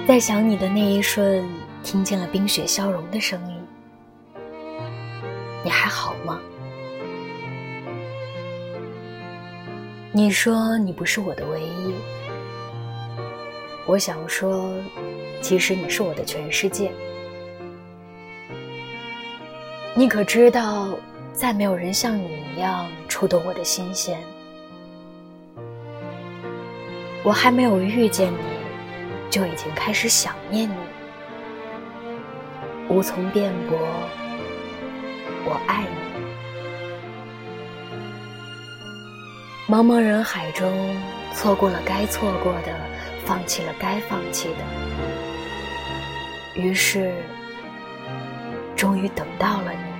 在想你的那一瞬，听见了冰雪消融的声音。你还好吗？你说你不是我的唯一，我想说，其实你是我的全世界。你可知道，再没有人像你一样触动我的心弦。我还没有遇见你，就已经开始想念你，无从辩驳，我爱你。茫茫人海中，错过了该错过的，放弃了该放弃的，于是终于等到了你。